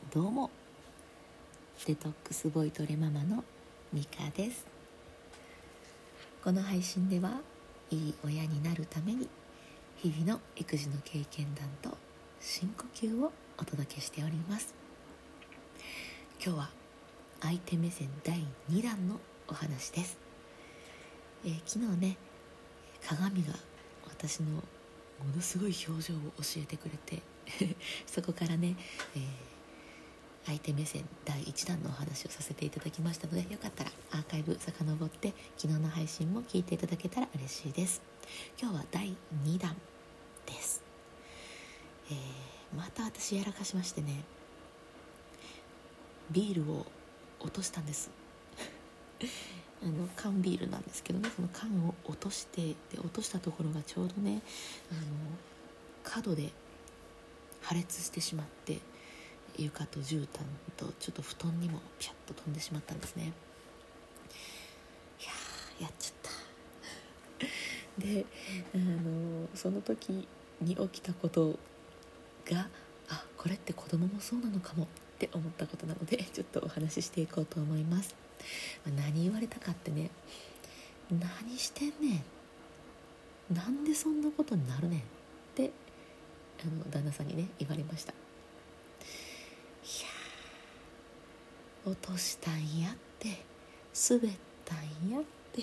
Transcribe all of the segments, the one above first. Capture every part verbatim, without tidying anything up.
どうも、デトックスボイトレママのミカです。この配信ではいい親になるために日々の育児の経験談と深呼吸をお届けしております。今日は相手目線だいにだんのお話です。えー、昨日ね、鏡が私のものすごい表情を教えてくれてそこからね、えー相手目線だいいちだんのお話をさせていただきましたので、よかったらアーカイブ遡って昨日の配信も聞いていただけたら嬉しいです。今日はだいにだんです。えー、また私やらかしましてね、ビールを落としたんですあの缶ビールなんですけどね、その缶を落としてで落としたところがちょうどね、あの角で破裂してしまって、床と絨毯とちょっと布団にもピャッと飛んでしまったんですね。いやー、やっちゃったで、あのその時に起きたことが、あ、これって子供もそうなのかもって思ったことなので、ちょっとお話ししていこうと思います。何言われたかってね、何してんねん、なんでそんなことになるねんってあの旦那さんにね言われました。落としたんやって、滑ったんやって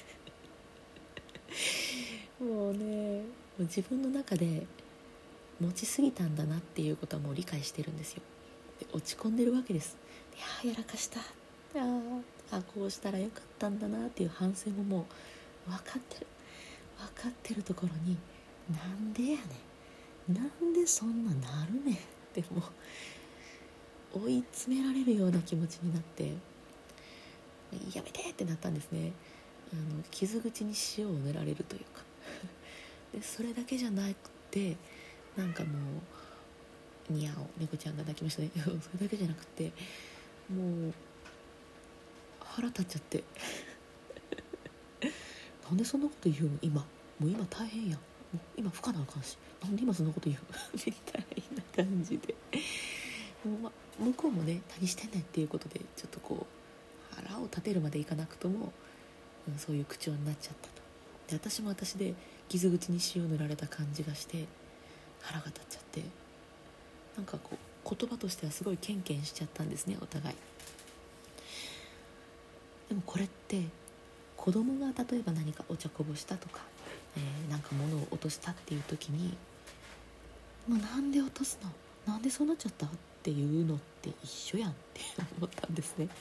もうね、もう自分の中で持ちすぎたんだなっていうことはもう理解してるんですよ。で落ち込んでるわけです。いややらかした、ああこうしたらよかったんだなっていう反省ももう分かってる分かってるところに、なんでやねん、なんでそんななるねんってもう追い詰められるような気持ちになって、やめてってなったんですね。あの傷口に塩を塗られるというかでそれだけじゃなくて、なんかもうニャオ、猫ちゃんが泣きましたねそれだけじゃなくて、もう腹立っちゃってなんでそんなこと言うの、今もう今大変やん、もう今不可なあかんし、なんで今そんなこと言うのみたいな感じで、もう、ま、向こうもね、何してんねんっていうことで、ちょっとこう腹を立てるまでいかなくとも、うん、そういう口調になっちゃったと。で私も私で傷口に塩塗られた感じがして腹が立っちゃって、なんかこう言葉としてはすごいケンケンしちゃったんですね、お互い。でもこれって子供が例えば何かお茶こぼしたとか、えー、なんか物を落としたっていう時に、もうなんで落とすの、なんでそうなっちゃったっていうのって一緒やんって思ったんですね。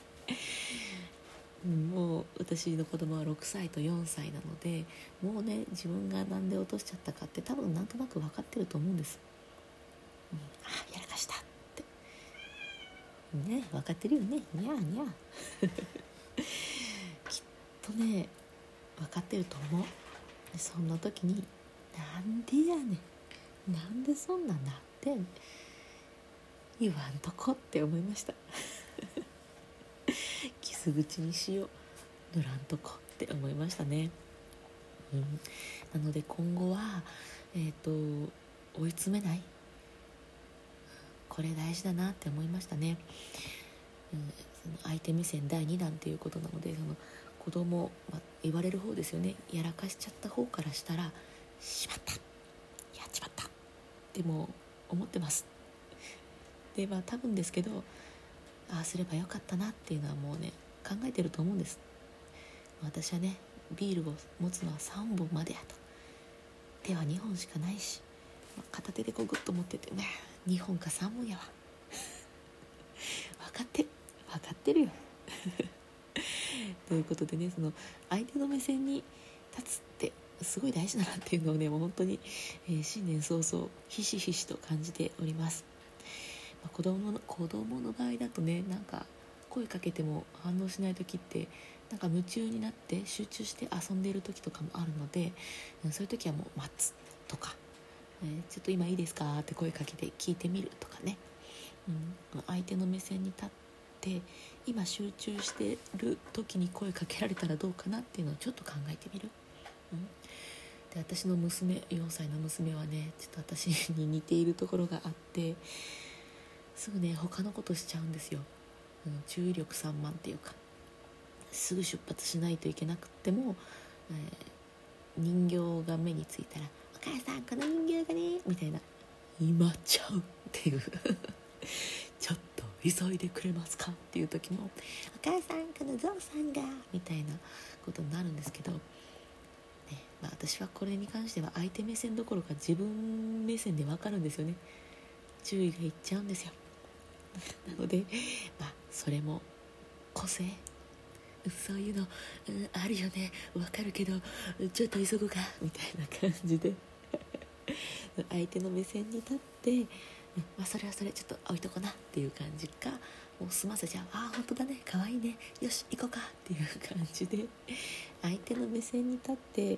もう私の子供はろくさいとよんさいなので、もうね、自分がなんで落としちゃったかって多分なんとなく分かってると思うんです、うん、あ、やらかしたってね、分かってるよね、にゃーにゃーきっとね分かってると思う。でそんな時に、なんでやねん、なんでそんなんなってん、言わんとこって思いました傷口に塩塗らんとこって思いましたね、うん、なので今後は、えーと、追い詰めない、これ大事だなって思いましたね、うん、その相手目線だいにだんっていうことなので、その子供、まあ、言われる方ですよね、やらかしちゃった方からしたら、しまった、やっちまったっても思ってます。でまあ多分ですけど、ああすればよかったなっていうのはもうね考えてると思うんです。私はね、ビールを持つのはさんぼんまでやと、手はにほんしかないし、まあ、片手でこうグッと持っててね、にほんかさんぼんやわ分かってる分かってるよということでね、その相手の目線に立つってすごい大事だなっていうのをね、もう本当に、えー、新年早々ひしひしと感じております。まあ、子供の子供の場合だとね、なんか声かけても反応しない時って、なんか夢中になって集中して遊んでいる時とかもあるので、そういう時はもう待つとか、えー、ちょっと今いいですかって声かけて聞いてみるとかね、うん、相手の目線に立って今集中してる時に声かけられたらどうかなっていうのをちょっと考えてみる、うん、で私の娘、よんさいの娘はね、ちょっと私に似ているところがあって、 すぐね他のことしちゃうんですよ、うん、注意力散漫っていうか、すぐ出発しないといけなくっても、えー、人形が目についたらお母さんこの人形がねみたいな、今ちゃうっていうちょっと急いでくれますかっていう時もお母さんこのゾウさんがみたいなことになるんですけど、ねまあ、私はこれに関しては相手目線どころか自分目線で分かるんですよね。注意がいっちゃうんですよなので、まあ、それも個性、そういうの、うん、あるよね分かるけどちょっと急ぐかみたいな感じで相手の目線に立って、うんまあ、それはそれちょっと置いとこなっていう感じか、もう済ませちゃう、ああ本当だね可愛いねよし行こうかっていう感じで相手の目線に立って、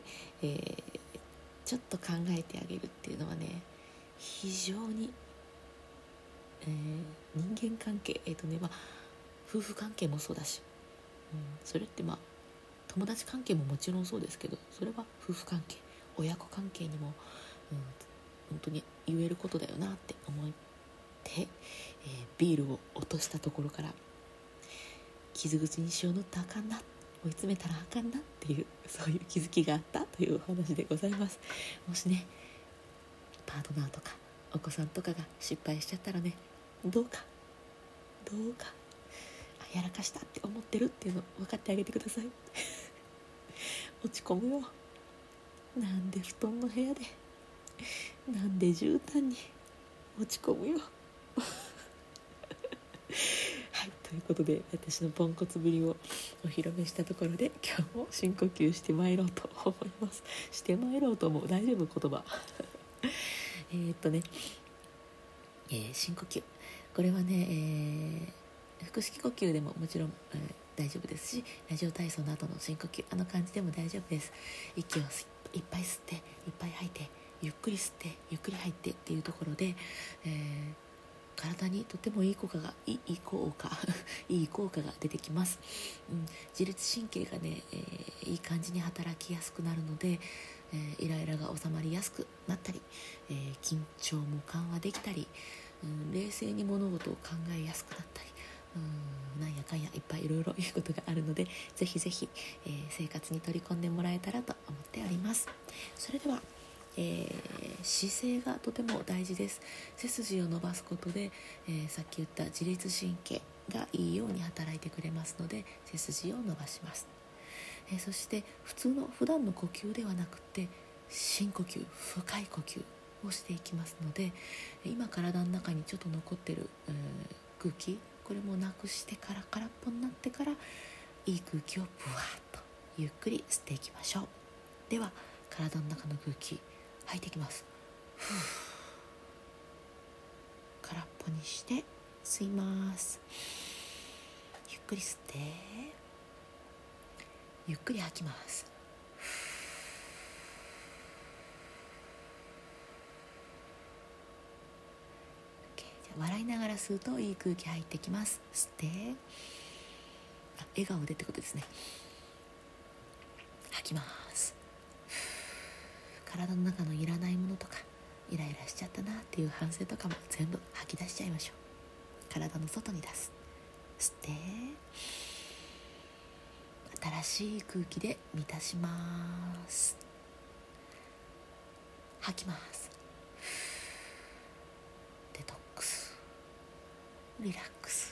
えー、ちょっと考えてあげるっていうのはね非常に、えー、人間関係えっ、ー、とねまあ夫婦関係もそうだし、うん、それってまあ友達関係ももちろんそうですけど、それは夫婦関係親子関係にも、うん、本当に言えることだよなって思って、えー、ビールを落としたところから傷口に塩塗ったらあかんな、追い詰めたらあかんなっていう、そういう気づきがあったというお話でございます。もしねパートナーとかお子さんとかが失敗しちゃったらね、どうかどうかやらかしたって思ってるっていうの分かってあげてください落ち込むよ、なんで布団の部屋でなんで絨毯に落ち込むよはい、ということで私のポンコツぶりをお披露目したところで今日も深呼吸してまいろうと思います。してまいろうと思う、大丈夫言葉えーっとね、えー、深呼吸、これはね、えー、腹式呼吸でももちろん、えー、大丈夫ですし、ラジオ体操の後の深呼吸あの感じでも大丈夫です。息をいっぱい吸っていっぱい吐いて、ゆっくり吸ってゆっくり入ってっていうところで、えー体にとてもいい効果がいい効果いい効果が出てきます、うん、自律神経がね、えー、いい感じに働きやすくなるので、えー、イライラが収まりやすくなったり、えー、緊張も緩和できたり、うん、冷静に物事を考えやすくなったり、うん、なんやかんやいっぱいいろいろ言うことがあるので、ぜひぜひ、えー、生活に取り込んでもらえたらと思っております。それではえー、姿勢がとても大事です。背筋を伸ばすことで、えー、さっき言った自律神経がいいように働いてくれますので背筋を伸ばします、えー、そして普通の普段の呼吸ではなくて深呼吸、深い呼吸をしていきますので、今体の中にちょっと残ってる、えー、空気、これもなくしてから空っぽになってからいい空気をブワーッとゆっくり吸っていきましょう。では体の中の空気吐いていきます。ふう、空っぽにして吸います。ゆっくり吸ってゆっくり吐きます。じゃあ笑いながら吸うといい空気入ってきます。吸って、あ、笑顔でってことですね。吐きます。体の中のいらないものとかイライラしちゃったなっていう反省とかも全部吐き出しちゃいましょう。体の外に出す。吸って新しい空気で満たします。吐きます。デトックス、リラックス。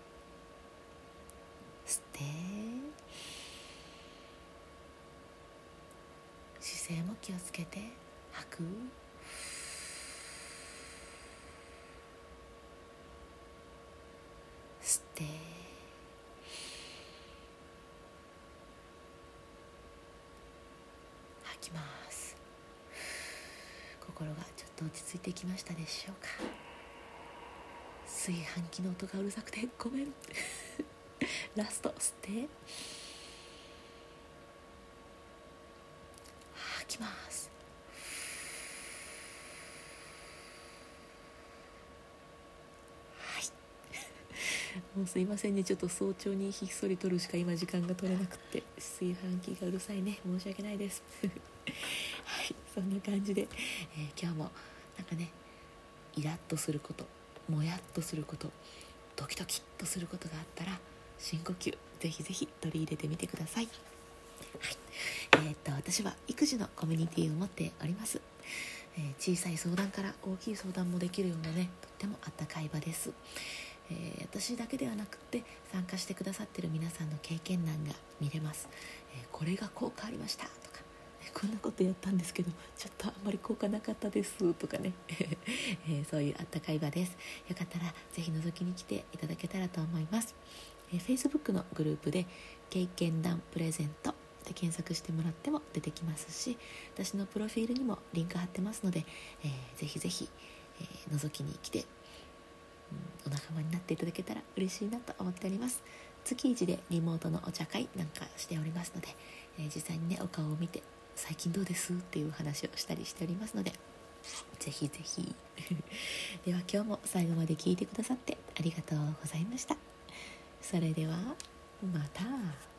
吸って姿勢も気をつけて吐く。吸って吐きます。心がちょっと落ち着いてきましたでしょうか。炊飯器の音がうるさくてごめんラスト吸って吐きます。もうすいませんね、ちょっと早朝にひっそり撮るしか今時間が取れなくて炊飯器がうるさいね、申し訳ないですはい、そんな感じで、えー、今日もなんかねイラッとすること、 もやっとすること、ドキドキっとすることがあったら、深呼吸ぜひぜひ取り入れてみてください。はい、えー、っと私は育児のコミュニティを持っております。えー、小さい相談から大きい相談もできるようなね、とってもあったかい場です。えー、私だけではなくて参加してくださっている皆さんの経験談が見れます。えー、これが効果ありましたとか、こんなことやったんですけどちょっとあんまり効果なかったですとかね、えー、そういうあったかい場です。よかったらぜひ覗きに来ていただけたらと思います。えー、Facebook のグループで経験談プレゼントで検索してもらっても出てきますし、私のプロフィールにもリンク貼ってますので、えー、ぜひぜひ、えー、覗きに来て、うん、お仲間になっていただけたら嬉しいなと思っております。月一でリモートのお茶会なんかしておりますので、えー、実際にねお顔を見て最近どうですっていう話をしたりしておりますので、ぜひぜひでは今日も最後まで聞いてくださってありがとうございました。それではまた。